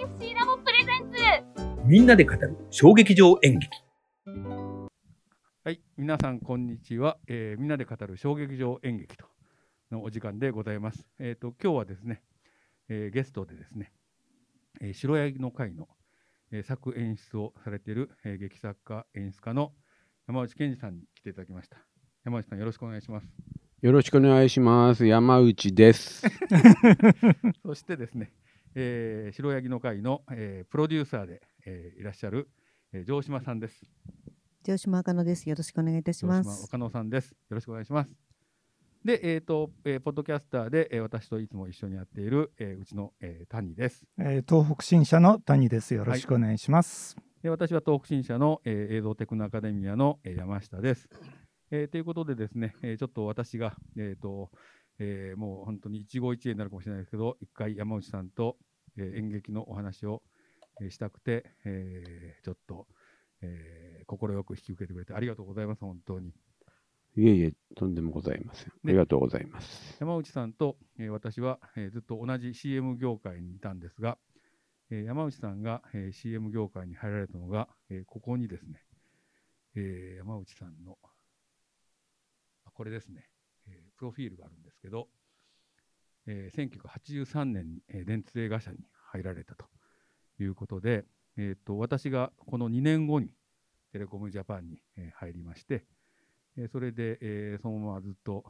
シナモプレゼンツ、 みんなで語る小劇場演劇。 はい、皆さんこんにちは、みんなで語る小劇場演劇とのお時間でございます。今日はですね、ゲストでですね、白ヤギの会の、作演出をされている、劇作家演出家の山内健二さんに来ていただきました。山内さん、よろしくお願いします。 よろしくお願いします。山内です。 そしてですね、白ヤギの会の、プロデューサーで、いらっしゃる、城島さんです。 城島赤野です。よろしくお願いいたします。 城島赤野さんです。よろしくお願いします。で、ポッドキャスターで、私といつも一緒にやっている、うちの、谷です。 東北新社の谷です。よろしくお願いします。 で、私は東北新社の、映像テクノアカデミアの、山下です。ということでですね、ちょっと私が、もう本当に一期一会になるかもしれないですけど、一回山内さんと、演劇のお話を、したくて、ちょっと、快く引き受けてくれてありがとうございます。本当に。 いえいえ、とんでもございません。ありがとうございます。 山内さんと、私は、ずっと同じ CM 業界にいたんですが、山内さんが、CM 業界に入られたのが、ここにですね、山内さんのこれですね、プロフィールがあるんですけど、1983年に、電通映画社に入られたということで、私がこの2年後にテレコムジャパンに、入りまして、それで、そのままずっと、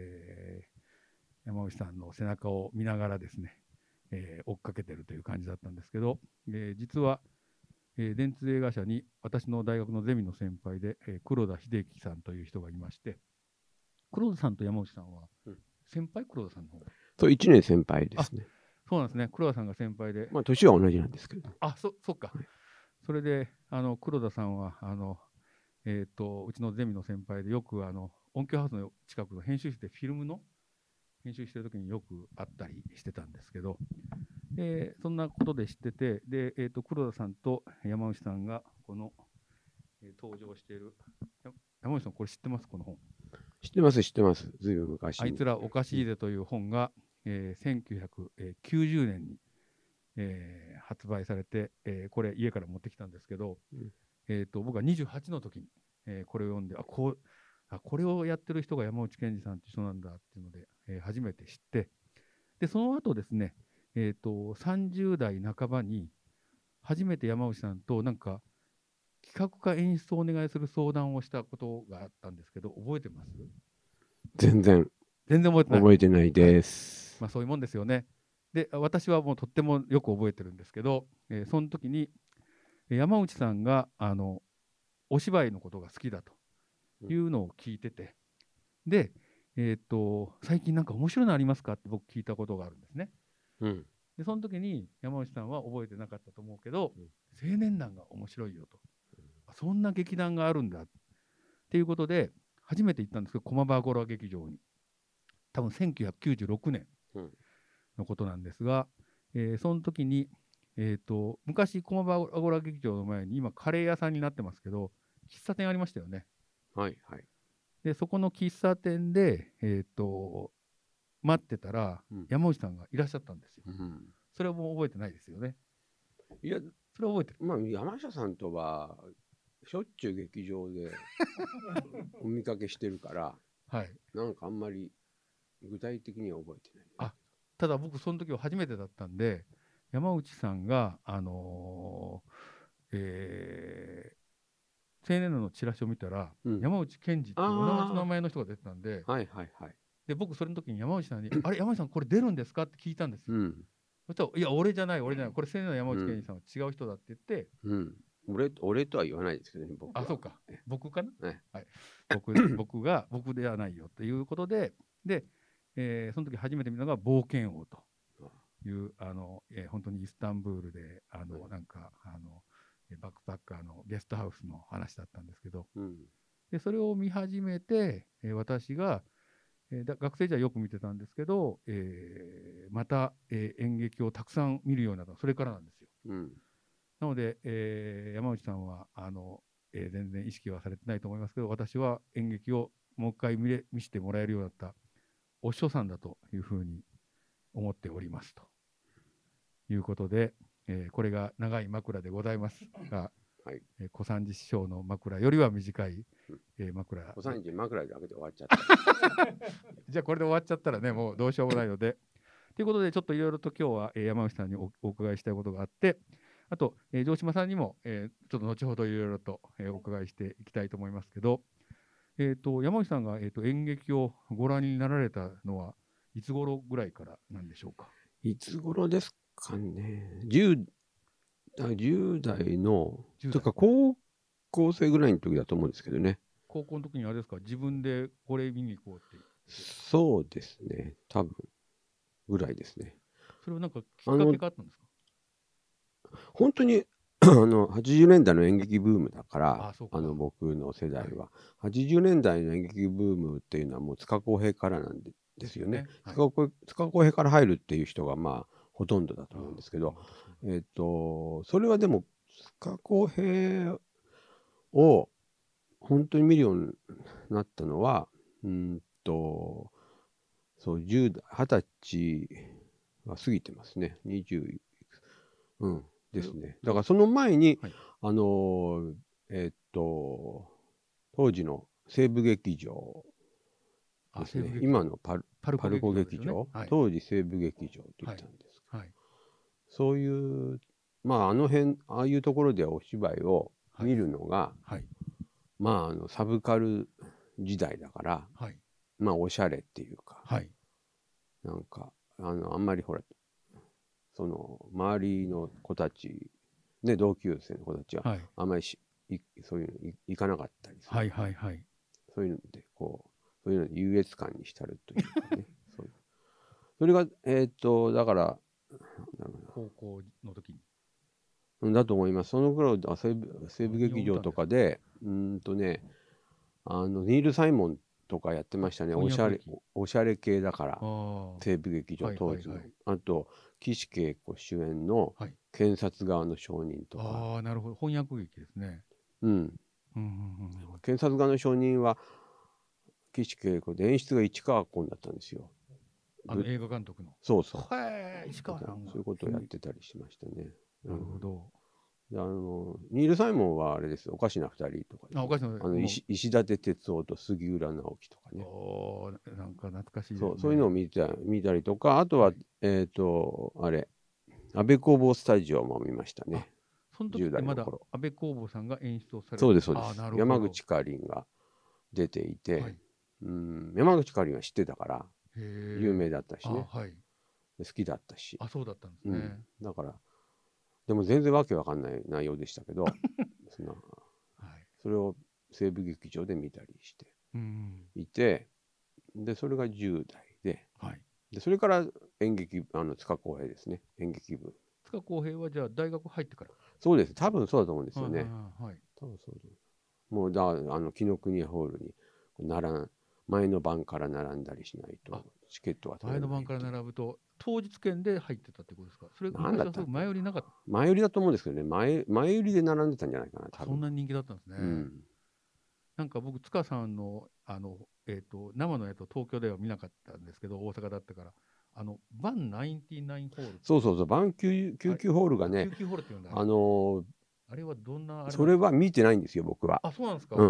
山内さんの背中を見ながらですね、追っかけてるという感じだったんですけど、実は、電通映画社に私の大学のゼミの先輩で、黒田秀樹さんという人がいまして、黒田さんと山内さんは先輩、黒田さんの方がそう、1年先輩ですね。 そうなんですね。黒田さんが先輩で。 まあ、年は同じなんですけど。 そっか。それで、黒田さんは、うちのゼミの先輩で、よく音響ハウスの近くの編集室でフィルムの編集してる時によく会ったりしてたんですけど、そんなことで知ってて、で、黒田さんと山内さんがこの、登場している、山内さん、これ知ってます？この本。 知ってます、知ってます。ずいぶん昔に。 あいつらおかしいぜという本が、1990年に、発売されて、これ家から持ってきたんですけど、僕が28の時に、これを読んで、これをやってる人が山内健二さんって人なんだっていうので、初めて知って、でその後ですね、30代半ばに初めて山内さんとなんか企画か演出をお願いする相談をしたことがあったんですけど、覚えてます？ 全然覚えてない。 覚えてないです。 まあ、そういうもんですよね。で、私はもうとってもよく覚えてるんですけど、その時に山内さんがお芝居のことが好きだというのを聞いてて、で、最近なんか面白いのありますかって僕聞いたことがあるんですね。でその時に山内さんは覚えてなかったと思うけど、青年団が面白いよと、そんな劇団があるんだっていうことで初めて行ったんですけど、駒場アゴラ劇場に、多分1996年のことなんですが、その時に、昔駒場アゴラ劇場の前に今カレー屋さんになってますけど、喫茶店ありましたよね。 はいはい。 でそこの喫茶店で、待ってたら、山内さんがいらっしゃったんですよ。それはもう覚えてないですよね。 いや、 それは覚えてる。 まあ、山下さんとはしょっちゅう劇場でお見かけしてるから、 はい、 なんかあんまり具体的には覚えてない。 ただ僕その時は初めてだったんで、山内さんが青年団のチラシを見たら、山内健二っていう同じ名前の人が出てたんで、で僕それの時に山内さんにあれ山内さんこれ出るんですかって聞いたんですよ。そしたらいや俺じゃない、これ青年団の山内健二さんは違う人だって言って、 俺とは言わないですけどね、僕は。 そうか、僕かな、 はい、 僕ではないよということで、その時初めて見たのが冒険王という本当にイスタンブールでなんかバックパッカーのゲストハウスの話だったんですけど、でそれを見始めて、私が、学生時代よく見てたんですけど、また、演劇をたくさん見るようになったのそれからなんですよ。なので、山内さんは全然意識はされてないと思いますけど、私は演劇をもう一回見せてもらえるようになったお師匠さんだというふうに思っておりますということで、 これが長い枕でございますが、 はい小三治師匠の枕よりは短い、枕。 小三治枕だけで終わっちゃった。 じゃあこれで終わっちゃったらね、もうどうしようもないので。ということで、ちょっといろいろと今日は、山口さんにお伺いしたいことがあって、あと、城島さんにも、ちょっと後ほどいろいろと、お伺いしていきたいと思いますけど、山口さんが、演劇をご覧になられたのはいつ頃ぐらいからなんでしょうか。 いつ頃ですかね。10代の、とか高校生ぐらいの時だと思うんですけどね。 高校の時にあれですか、自分でこれ見に行こうって。 そうですね。多分ぐらいですね。 それはなんかきっかけがあったんですか。 本当に80年代の演劇ブームだから僕の世代は、80年代の演劇ブームっていうのはもう塚公平からなんですよね。塚公平から入るっていう人がまあほとんどだと思うんですけど、それはでも塚公平を本当に見るようになったのはそう20歳は過ぎてますね。20ですね。だからその前に、当時の西部劇場ですね。今のパルコ劇場、当時西部劇場って言ったんですけど、そういうまあああいうところでお芝居を見るのが、まあサブカル時代だから、まあおしゃれっていうか、なんかあんまりほらその周りの子たち、ね、同級生の子たちはあんまりそういうの行かなかったりする。そういうのでそういうので優越感に浸るというかね。それがだから高校の時にだと思います。その頃西部劇場とかでニール・サイモンとかやってましたね。おしゃれ系だから西部劇場当時の。あと岸恵子主演の検察側の証人とか。 なるほど、翻訳劇ですね。 検察側の証人は岸恵子で演出が市川崑だったんですよ。 映画監督の。 そうそう。 市川さんがそういうことをやってたりしましたね。 なるほど。 ニール・サイモンはあれです。おかしな2人とか、石立哲夫と杉浦直樹とかね。 なんか懐かしいですね。 そういうのを見たりとか、あとはあれ安倍工房スタジオも見ましたね。 その時ってまだ安倍工房さんが演出をされて。 そうですそうです。山口かりんが出ていて、山口かりんは知ってたから有名だったしね、好きだったし。 そうだったんですね。 だからでも全然わけわかんない内容でしたけどそれを西部劇場で見たりしていて、でそれが10代で、それから演劇塚公平ですね。演劇部。 塚公平はじゃあ大学入ってから。 そうです。多分そうだと思うんですよね。多分そうだ。もう紀ノ国屋ホールに前の晩から並んだりしないとチケットが取れない。 前の晩から並ぶと当日券で入ってたってことですか。それ何だった？前売りなかった。 前売りだと思うんですけどね。前売りで並んでたんじゃないかな。多分そんな人気だったんですね。なんか僕塚さんの生のやつを東京では見なかったんですけど、大阪だったからバン99ホール。 そうバン99ホールがね。 99ホールって言うんだ。あれはどんなそれは見てないんですよ僕は。 そうなんですか。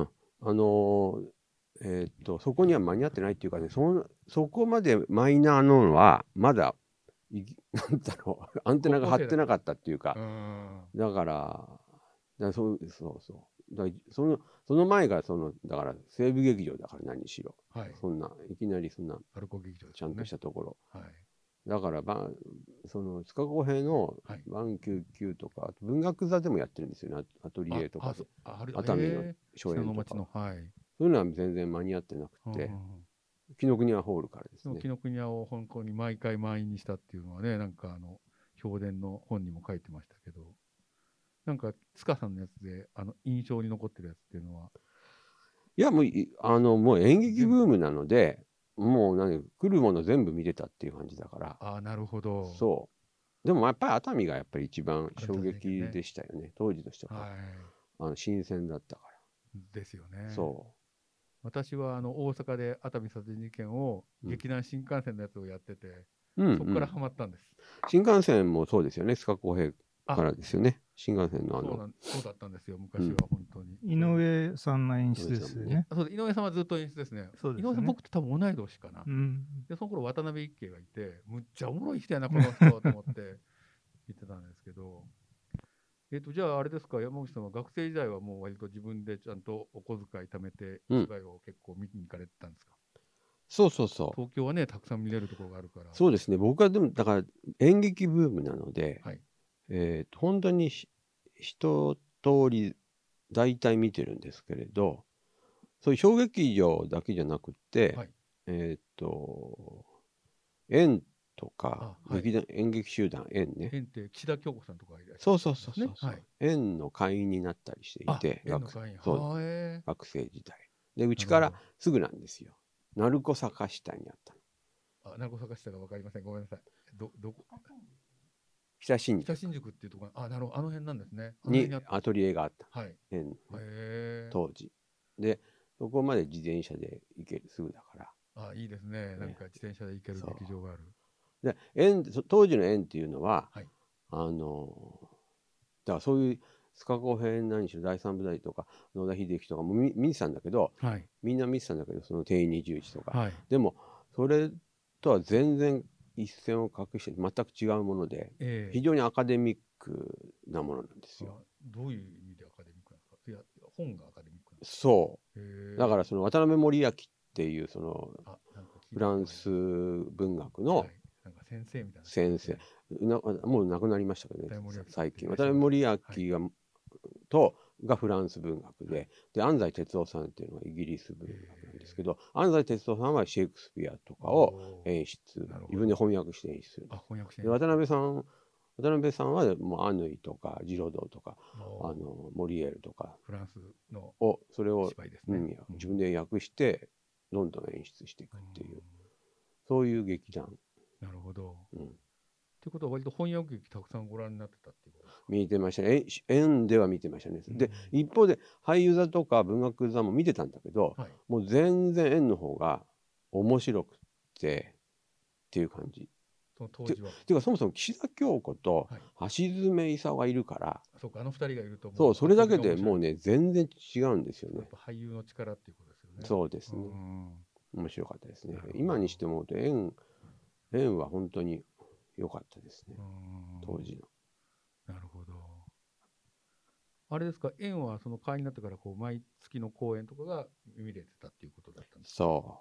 そこには間に合ってないっていうかね、そこまでマイナーなのはまだなんだろう、アンテナが張ってなかったっていうか、だからその前がだから西部劇場だから何しろ、いきなりそんなちゃんとしたところ、だから塚公平のバン99とか文学座でもやってるんですよね。アトリエとかで熱海の初演とか。そういうのは全然間に合ってなくて、紀ノ国屋ホールからですね。 紀ノ国屋を本当に毎回満員にしたっていうのはね、なんか評伝の本にも書いてましたけど、なんか塚さんのやつで印象に残ってるやつっていうのは。 いやもう演劇ブームなので、もう来るもの全部見てたっていう感じだから。 なるほど。 そう。でもやっぱり熱海がやっぱり一番衝撃でしたよね。当時としては新鮮だったから。 ですよね。 そう。 私は大阪で熱海殺人事件を劇団新幹線のやつをやってて、そこからハマったんです。 新幹線もそうですよね。塚公平からですよね。新幹線のそうだったんですよ、昔は本当に。 井上さんの演出ですよね。 そう井上さんはずっと演出ですね。井上さん、僕と多分同い年かな。で、その頃渡辺一慶がいて、むっちゃおもろい人やな、この人と思って言ってたんですけど。じゃああれですか、山口さんは学生時代はもう割と自分でちゃんとお小遣い貯めて芝居を結構見に行かれてたんですか？ そう。 東京はね、たくさん見れるところがあるから。 そうですね。僕はでもだから演劇ブームなので、本当に一通り大体見てるんですけれど、そういう小劇場だけじゃなくて、演とか、演劇集団演ね。 演って岸田京子さんとかがいらっしゃる。そう。演の会員になったりしていて、学生時代。で、うちからすぐなんですよ。鳴子坂下にあったの。鳴子坂下が分かりません。ごめんなさい。どこ？ 北新宿。 北新宿っていうところ、なるほど、あの辺なんですね。 にアトリエがあった。当時。で、そこまで自転車で行ける、すぐだから。 いいですね。なんか自転車で行ける劇場がある。 で、当時の演っていうのは、だからそういう須賀公平何しろ第三部隊とか野田秀樹とかも見てたんだけど、みんな見てたんだけど、その定員21とか、でもそれとは全然一線を画して全く違うもので、非常にアカデミックなものなんですよ。 どういう意味でアカデミックなんですか？いや、本がアカデミックなんですか？ そう。だからその渡辺守明っていうそのフランス文学のなんか先生みたいな先生もう亡くなりましたけどね、最近。渡辺守明がフランス文学で、安西哲夫さんっていうのはイギリス文学なんですけど、安西哲夫さんはシェイクスピアとかを演出、自分で翻訳して演出する。渡辺さんはもうアヌイとかジロドーとかモリエールとかフランスのそれを自分で訳してどんどん演出していくっていう、そういう劇団。 なるほど。ということは割と翻訳劇たくさんご覧になってたっていうことですか？ 見てましたね。演では見てましたね。で、一方で俳優座とか文学座も見てたんだけど、もう全然演の方が面白くてっていう感じ。 その当時は。 ていうかそもそも岸田京子と橋爪功がいるから、 そうか、あの二人がいるとそう、それだけでもうね全然違うんですよね。 やっぱ俳優の力っていうことですよね。 そうですね。面白かったですね。今にしても演は本当に良かったですね、当時の。 なるほど。あれですか、演はその会員になってからこう毎月の公演とかが見れてたっていうことだったんですか？ そう。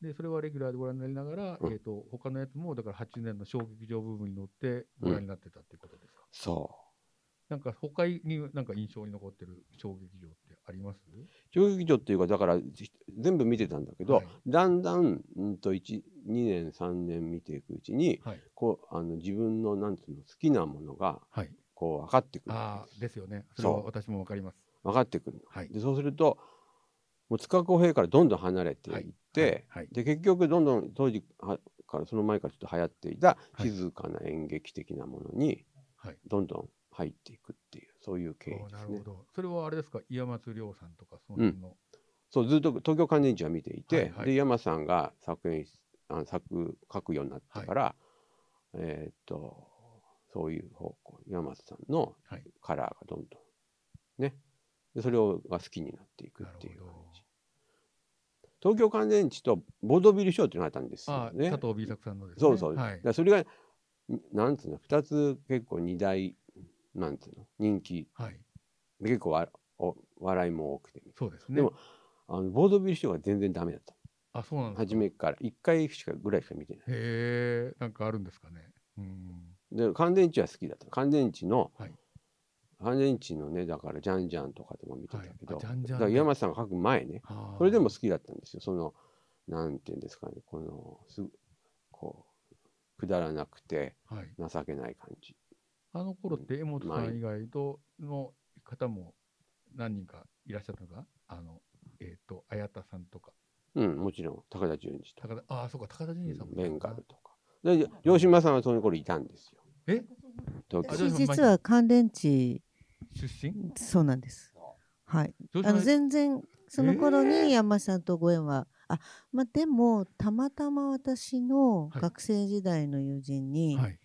で、それはレギュラーでご覧になりながら、他のやつもだから80年の小劇場部分に乗ってご覧になってたっていうことですか？ そう。 なんか他になんか印象に残ってる小劇場ってあります？ 小劇場っていうかだから全部見てたんだけど、だんだん2年3年見ていくうちに、こう自分のなんていうの好きなものがこう分かってくる。 ですよね。それは私も分かります。 分かってくる。でそうするともう塚公平からどんどん離れていって、で結局どんどん当時からその前からちょっと流行っていた静かな演劇的なものにどんどん入っていくっていう、そういう経緯ですね。 なるほど。それはあれですか、岩松亮さんとかその辺の、 そう、ずっと東京乾電池は見ていて、で山さんが書くようになってから、そういう方向、山松さんのカラーがどんどんね、でそれが好きになっていくっていう感じ。東京乾電池とボードビルショーっていうのがあったんですよね。 佐藤 B 作さんのですね。 そうそう。だそれがなんつうの、2つ結構2大なんつうの人気、結構笑いも多くて、 そうですね。 でもボードビルショーが全然ダメだった。 そうなんですか。 初めから1回ぐらいしか見てない。 なんかあるんですかね。 で乾電池は好きだった。乾電池のね、だからジャンジャンとかでも見てたけど、だから山さんが書く前ね、それでも好きだったんですよ。そのなんていうんですかね、こうくだらなくて情けない感じ。 あの頃って江本さん以外の方も何人かいらっしゃったのか、綾田さんとか。 もちろん高田純次とか。 そうか、高田純次さんも。 ベンガルとか。で城島さんはその頃いたんですよ。 私実は乾電池出身？ そうなんです。はい。全然その頃に山さんとご縁はでもたまたま私の学生時代の友人に、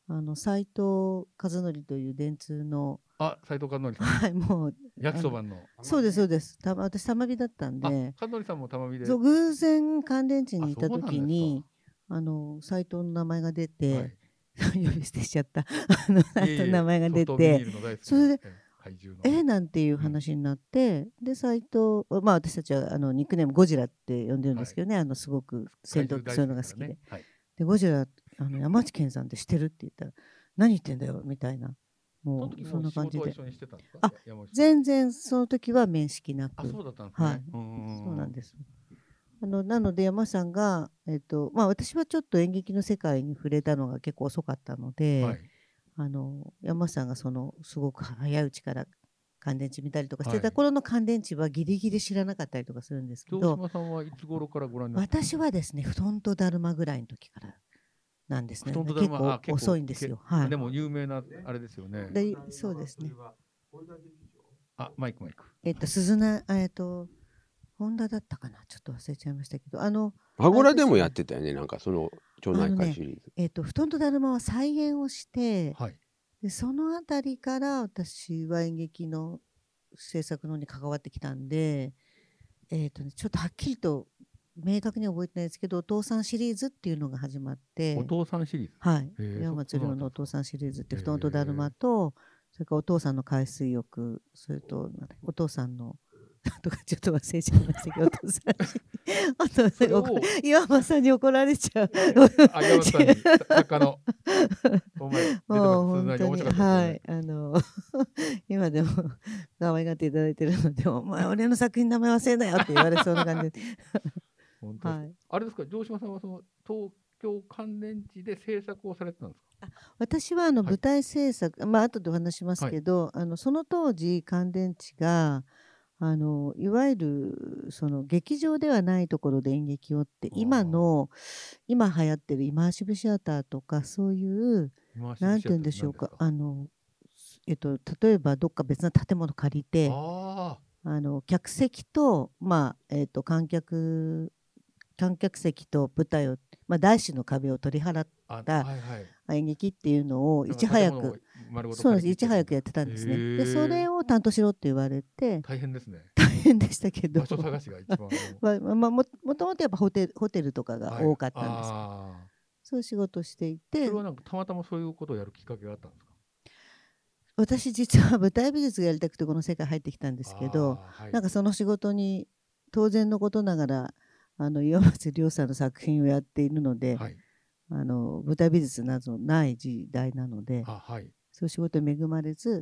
斉藤和則という電通の斉藤和則さん、 はい、もう焼きそばの。 そうですそうです。私玉美だったんで、 和則さんも玉美で。 そう偶然乾電池にいた時に斉藤の名前が出て、呼び捨てしちゃった斉藤の名前が出て、それでなんていう話になって、で斉藤、まあ私たちはニックネームゴジラって呼んでるんですけどね、すごく戦闘機そういうのが好きで、でゴジラ山内健さんって知ってるって言ったら何言ってんだよみたいな、もうそんな感じで、全然その時は面識なく、 そうだったんですね。はい、 そうなんです。なので山さんがまあ私はちょっと演劇の世界に触れたのが結構遅かったので、山さんがすごく早いうちから乾電池見たりとかしてた頃の乾電池はギリギリ知らなかったりとかするんですけど、 城島さんはいつ頃からご覧になったんですか？ 私はですね、布団とだるまぐらいの時からなんですね。結構遅いんですよ。はい。 でも有名なあれですよね。 そうですね。 マイク。 鈴名本田だったかな、ちょっと忘れちゃいましたけど、 羽倉でもやってたよね、なんかその町内会シリーズ。 布団とだるまは再現をして、でそのあたりから私は演劇の制作の方に関わってきたんで、ちょっとはっきりと明確には覚えてないですけど、お父さんシリーズっていうのが始まって、 お父さんシリーズ、 はい、山松亮のお父さんシリーズって布団とだるまと、それからお父さんの海水浴、それとお父さんのとかちょっと忘れちゃいましたけど、お父さん岩間さんに怒られちゃう。 岩間さんに作家のお前出てます。 本当にはい今でも可愛がっていただいてるので、お前俺の作品の名前忘れないよって言われそうな感じで。 本当、はい、あれですか、城島さんはその東京乾電池で制作をされてたんですか？ 私は舞台制作、まあ後でお話しますけど、その当時乾電池がいわゆるその劇場ではないところで演劇をって、今流行ってるイマーシブシアターとか、そういうなんて言うんでしょうか、例えばどっか別な建物借りて、客席と、まあ観客席と舞台を、まあ、大師の壁を取り払った演劇っていうのをいち早くやってたんですね。でそれを担当しろって言われて、 大変ですね。 大変でしたけど、 場所探しが一番もともとやっぱホテルとかが多かったんですけど、そういう仕事をしていて、 それはなんかたまたまそういうことをやるきっかけがあったんですか？ 私実は舞台美術がやりたくてこの世界入ってきたんですけど、なんかその仕事に当然のことながら岩松亮さんの作品をやっているので、舞台美術などない時代なので、そういう仕事に恵まれず、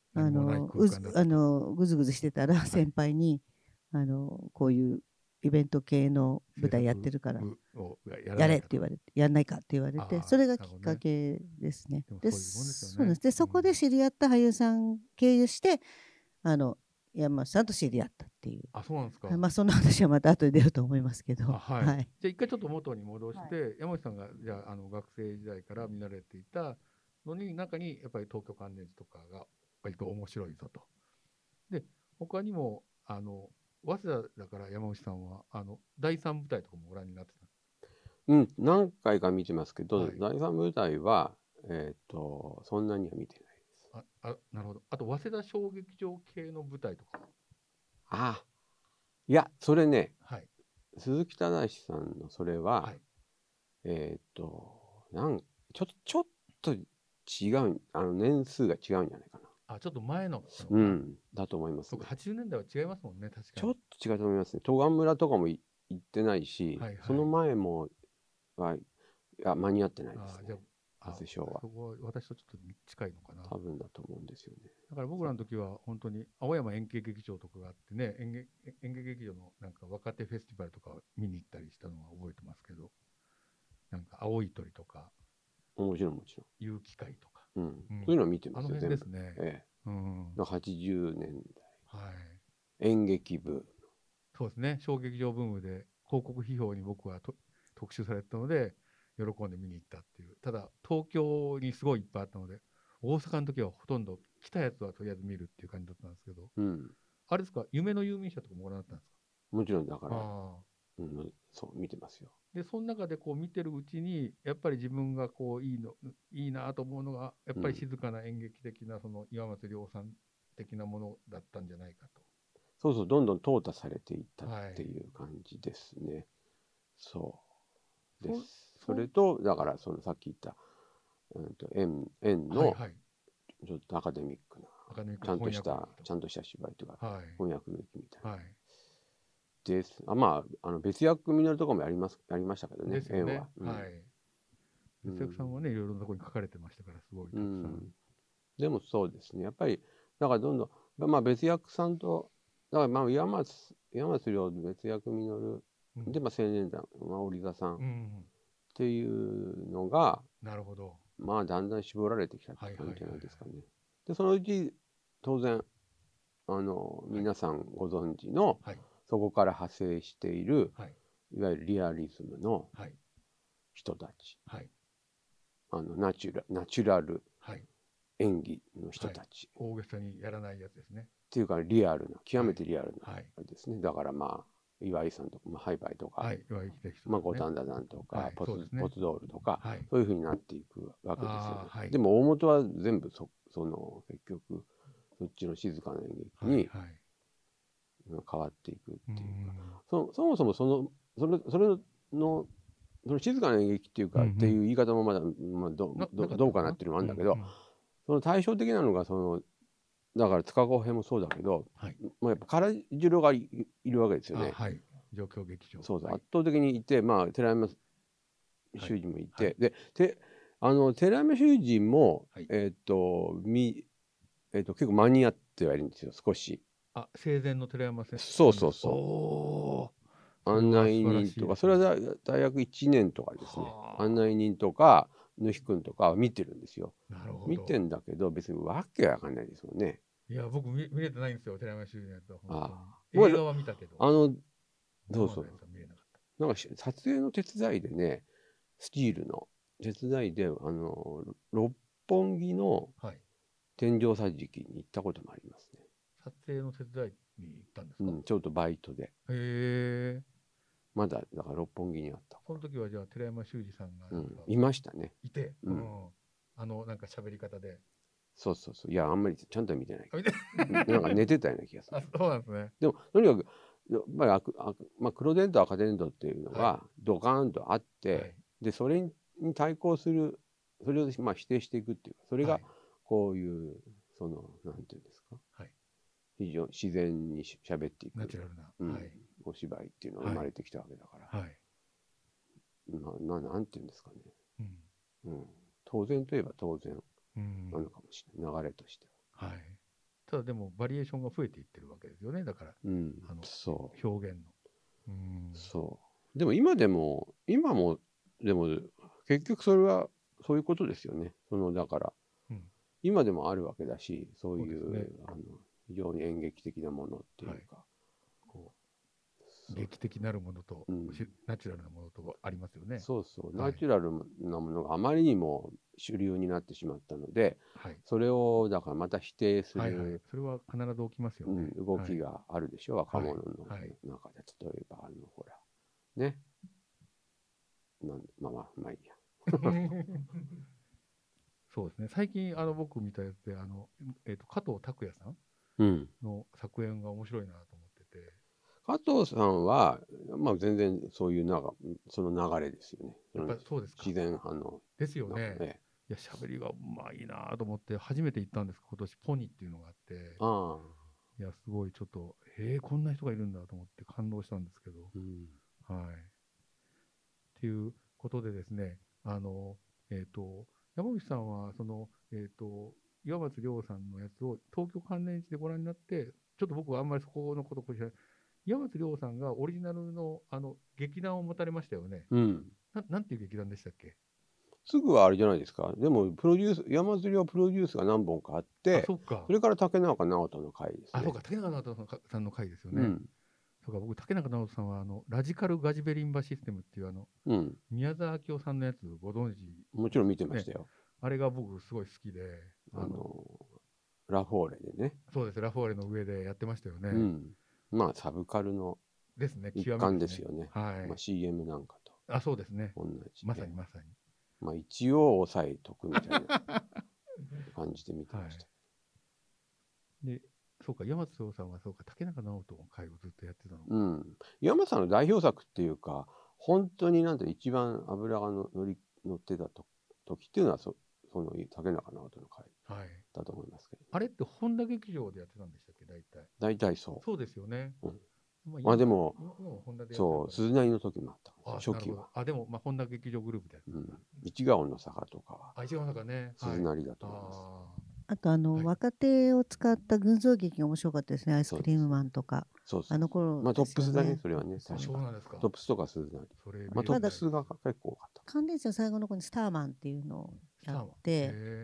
ぐずぐずしてたら先輩に、こういうイベント系の舞台やってるからやれって言われて、やんないかって言われて、それがきっかけですね。でそこで知り合った俳優さん経由して山松さんと知り合ったっていう。 そうなんですか。 まあその話はまた後で出ると思いますけど。 じゃあ一回ちょっと元に戻して、山内さんがじゃあ学生時代から見られていたのに中にやっぱり東京乾電池とかが割と面白いぞと。で他にも早稲田だから山内さんは第三舞台とかもご覧になってた。 何回か見てますけど、第三舞台はそんなには見てない。 なるほど。あと早稲田小劇場系の舞台とか。 いやそれね、鈴木忠さんのそれは、ちょっと違う、年数が違うんじゃないかな。 ちょっと前の。 だと思います、ね。 80年代は違いますもんね、確かに。 ちょっと違うと思いますね。戸賀村とかも行ってないし、その前も間に合ってないですね。初賞は。 そこは私とちょっと近いのかな。 多分だと思うんですよね。 だから僕らの時は本当に青山演芸劇場とかがあってね、演芸劇場のなんか若手フェスティバルとか見に行ったりしたのは覚えてますけど、なんか青い鳥とか、 もちろん有機会とか、 そういうのを見てますよ。 辺ですね。 80年代、演劇部、 そうですね、小劇場ブームで広告批評に僕は特集されたので喜んで見に行ったっていう。ただ東京にすごいいっぱいあったので、大阪の時はほとんど来たやつはとりあえず見るっていう感じだったんですけど、あれですか、夢の遊民者とかもご覧になったんですか？ もちろんだからそう見てますよ。 でその中でこう見てるうちにやっぱり自分がこういいなと思うのがやっぱり静かな演劇的なその岩松亮さん的なものだったんじゃないかと。 そうそう、どんどん淘汰されていったっていう感じですね。そうです。それとだからそのさっき言った、円のちょっとアカデミックなちゃんとした芝居とか翻訳劇みたいな。です。まあ別役実るとかもやりましたけどね。円は。 別役さんはねいろいろなところに書かれてましたからすごいたくさん。 でもそうですね。やっぱりだからどんどんまあ別役さんとだからまあ岩松亮別役実で青年団織田さんっていうのがなるほど。 まあだんだん絞られてきたって感じじゃないですかね。でそのうち当然皆さんご存知のそこから派生しているいわゆるリアリズムの人たち、ナチュラル演技の人たち、 大げさにやらないやつですね。 っていうかリアルな極めてリアルなですね。だからまあ岩井さんとかハイバイとか五反田さんとかポツドールとかそういうふうになっていくわけですよね。でも大元は全部その結局そっちの静かな演劇に変わっていくっていうか、そもそもその静かな演劇っていうかっていう言い方もまだどうかなっていうのもあるんだけど、その対照的なのがだから塚公平もそうだけど、やっぱ唐次郎がいるわけですよね。 状況劇場。 そう圧倒的にいて、まあ寺山修司もいて、で寺山修司も結構間に合ってはいるんですよ少し。 生前の寺山先生。 そう。案内人とかそれは大学1年とかですね。案内人とかぬひくんとかは見てるんですよ。見てんだけど別にわけわかんないですよね。 いや僕見れてないんですよ寺山修司のやつは。映画は見たけど。 そうなんか撮影の手伝いでねスチールの手伝いで六本木の天井桟敷に行ったこともありますね。 撮影の手伝いに行ったんですか？ ちょっとバイトで。 へえ。 まだだから六本木にあった。 その時はじゃあ寺山修司さんがいましたね。 いて、なんか喋り方で。 そういやあんまりちゃんと見てない。なんか寝てたような気がする。 そうなんですね。 でもとにかくやっぱり黒伝と赤伝とっていうのがドカーンとあって、でそれに対抗するそれを否定していくっていうかそれがこういうなんていうんですか、非常に自然に喋っていくナチュラルな、 お芝居っていうのが生まれてきたわけだから、なんていうんですかね、当然といえば当然なのかもしれない、流れとしては。 ただでもバリエーションが増えていってるわけですよね。だから、 そう表現の。 そうでも今もでも結局それはそういうことですよね。だから、今でもあるわけだし、そういう、非常に演劇的なものっていうか、 劇的なるものと、ナチュラルなものとありますよね。 ナチュラルなものがあまりにも主流になってしまったので、それをだからまた否定する、 それは必ず起きますよね。 動きがあるでしょ、若者の中で。例えばほらね、まあいいや。 そうですね。最近僕見たやつで加藤拓也さんの作演が面白いなと思ってて。 加藤さんはまあ全然そういうその流れですよね。 やっぱりそうですか。 自然派のですよね。いや喋りがいいなと思って初めて行ったんです。今年ポニーっていうのがあって。いやすごいちょっとこんな人がいるんだと思って感動したんですけど。っていうことでですね。山口さんは岩松亮さんのやつを東京関連地でご覧になって、ちょっと僕はあんまりそこのこと知らない。岩松亮さんがオリジナルの劇団を持たれましたよね。なんていう劇団でしたっけ？ すぐはあれじゃないですか。でも山松亮プロデュースが何本かあって、それから竹中直人の会ですね。 そうか、竹中直人さんの会ですよね。そうか、僕竹中直人さんはラジカルガジベリンバシステムっていう宮沢明夫さんのやつご存知？ もちろん見てましたよ。 あれが僕すごい好きで、 ラフォーレでね。 そうです、ラフォーレの上でやってましたよね。 まあサブカルのですね。 一環ですよね。 はい。 まあ CM なんかと。 あ、そうですね。 同じ。 まさにまさに。 まあ一応抑えとくみたいな感じで見てました。 で、そうか、山津さんはそうか、竹中直人の回をずっとやってたの。 うん。山津さんの代表作っていうか、本当になんて一番脂が乗ってた時っていうのはその竹中直人の回だと思いますけど、 あれって本田劇場でやってたんでしたっけ、 大体そう。 そうですよね。 まあでも、そう、鈴なりの時もあった初期は。 でも、まあ、本田劇場グループでやってた。 市川の坂とかは。 市川の坂ね。 鈴なりだと思います。 あと若手を使った群像劇が面白かったですね。アイスクリームマンとか。あの頃。 まあトップスだね、それはね。 そうなんですか。 トップスとか鈴なり。まあトップスが結構多かった。 関連者の最後の子にスターマンっていうのをやって、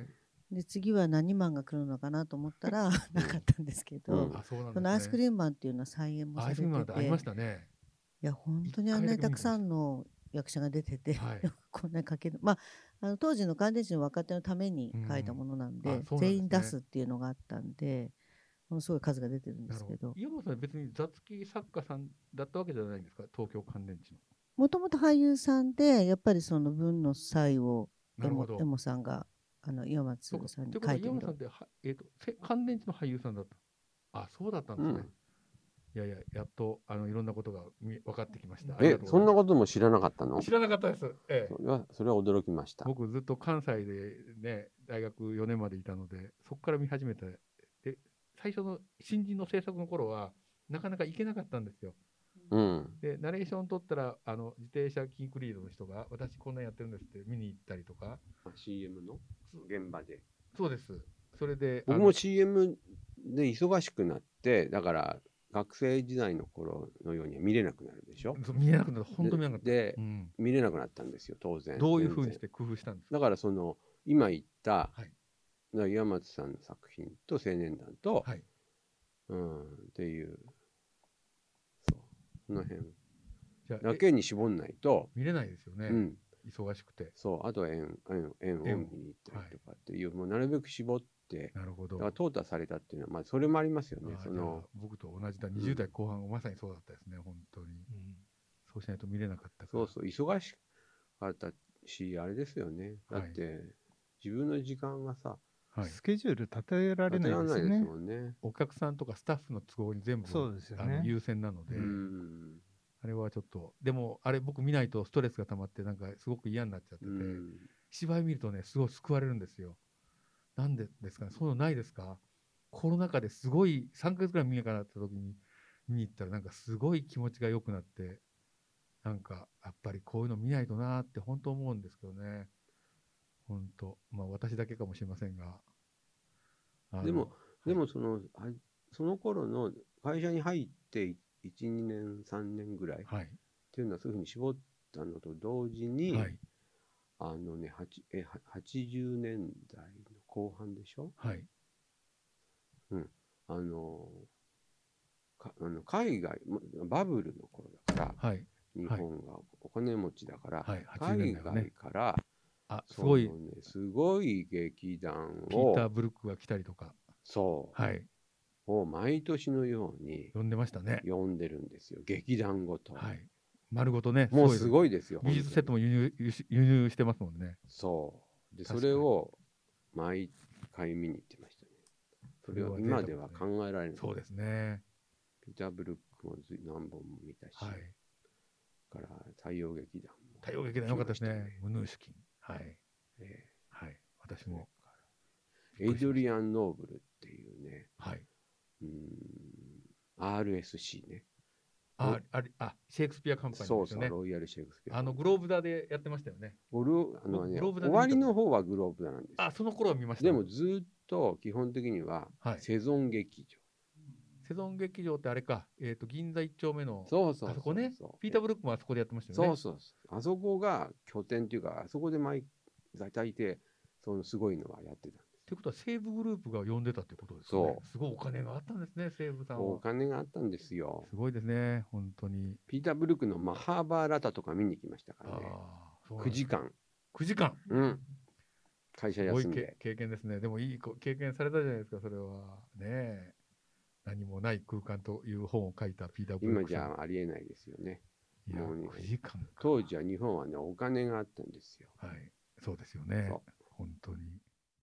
で次は何マンが来るのかなと思ったらなかったんですけど、そのアイスクリームマンっていうのは再演もされてて、 ありましたね。 いや本当にあんなにたくさんの役者が出てて、こんなに書ける、まあ当時の乾電池の若手のために書いたものなんで、全員出すっていうのがあったんで、ものすごい数が出てるんですけど。 岩本さんは別に雑記作家さんだったわけじゃないんですか、東京乾電池の。 もともと俳優さんで、やっぱりその文の際をエモさんが岩松さんに書いてる。 岩松さんって乾電池の俳優さんだった。あ、そうだったんですね。いやいや、やっといろんなことが分かってきました。 そんなことも知らなかったの？ 知らなかったです。 それは驚きました。 僕ずっと関西でね、大学4年までいたので、そこから見始めて、で、最初の新人の制作の頃は、なかなか行けなかったんですよ。で、ナレーション撮ったら、自転車キークリードの人が、私こんなんやってるんですって見に行ったりとか。 CM の現場で。 そうです。それで。 僕も CM で忙しくなって、だから、学生時代の頃のようには見れなくなるでしょ。 見れなくなる、本当見れなくなった。 で、見れなくなったんですよ、当然。 どういうふうにして工夫したんですか？ だから今言った、岩松さんの作品と青年団と、っていう、その辺だけに絞んないと見れないですよね。忙しくて。 そう、あとは縁を見に行ったりとかっていう、もうなるべく絞って、 なるほど。 だから淘汰されたっていうのは、まあそれもありますよね。 僕と同じだ、20代後半がまさにそうだったですね、本当に。そうしないと見れなかったから。 そうそう、忙しかったし、あれですよね。だって、自分の時間がさ、 スケジュール立てられないですね。 お客さんとかスタッフの都合に全部優先なので、あれはちょっと、でもあれ僕見ないとストレスが溜まってなんかすごく嫌になっちゃってて、芝居見るとね、すごい救われるんですよ。なんでですかね、そういうのないですか？コロナ禍ですごい3ヶ月ぐらい見なかった時に見に行ったらなんかすごい気持ちが良くなって、なんかやっぱりこういうの見ないとなーって本当思うんですけどね。本当、まあ私だけかもしれませんが。 でもその頃の会社に入って1、2年、3年ぐらいっていうのはそういうふうに絞ったのと同時に、80年代の後半でしょ？海外、バブルの頃だから、日本がお金持ちだから、海外から、 すごい劇団をピーター・ブルックが来たりとか、 を毎年のように呼んでましたね。 呼んでるんですよ、劇団ごと。 丸ごとね。 もうすごいですよ。 技術セットも輸入してますもんね。 そうで、それを毎回見に行ってましたね。それは今では考えられない。 そうですね。 ピーター・ブルックも何本も見たし、から太陽劇団も。 太陽劇団良かったですね。ムヌーシュキン。私も。 エイドリアン・ノーブルっていうね。RSC ね。 シェイクスピアカンパニーですよね。 そうそう、ロイヤルシェイクスピア。 グローブ座でやってましたよね。 終わりの方はグローブ座なんですよ。 その頃は見ました。 でもずっと基本的にはセゾン劇場。 セゾン劇場ってあれか、銀座1丁目の、 あそこね。ピーター・ブルックもあそこでやってましたよね。 そうあそこが拠点っていうか、あそこで大抵すごいのはやってた。 ということは西武グループが呼んでたってことですね。すごいお金があったんですね、西武さんは。 お金があったんですよ。 すごいですね、本当に。 ピーター・ブルックのマハーバーラタとか見に行きましたからね。9時間。 9時間。 会社休んで。 経験ですね。でもいい経験されたじゃないですか、それは。ねえ。 何もない空間という本を書いた P.W. 今じゃありえないですよね。 いや、 もうね 9時間か。 当時は日本はね、お金があったんですよ。 はい、そうですよね。本当に。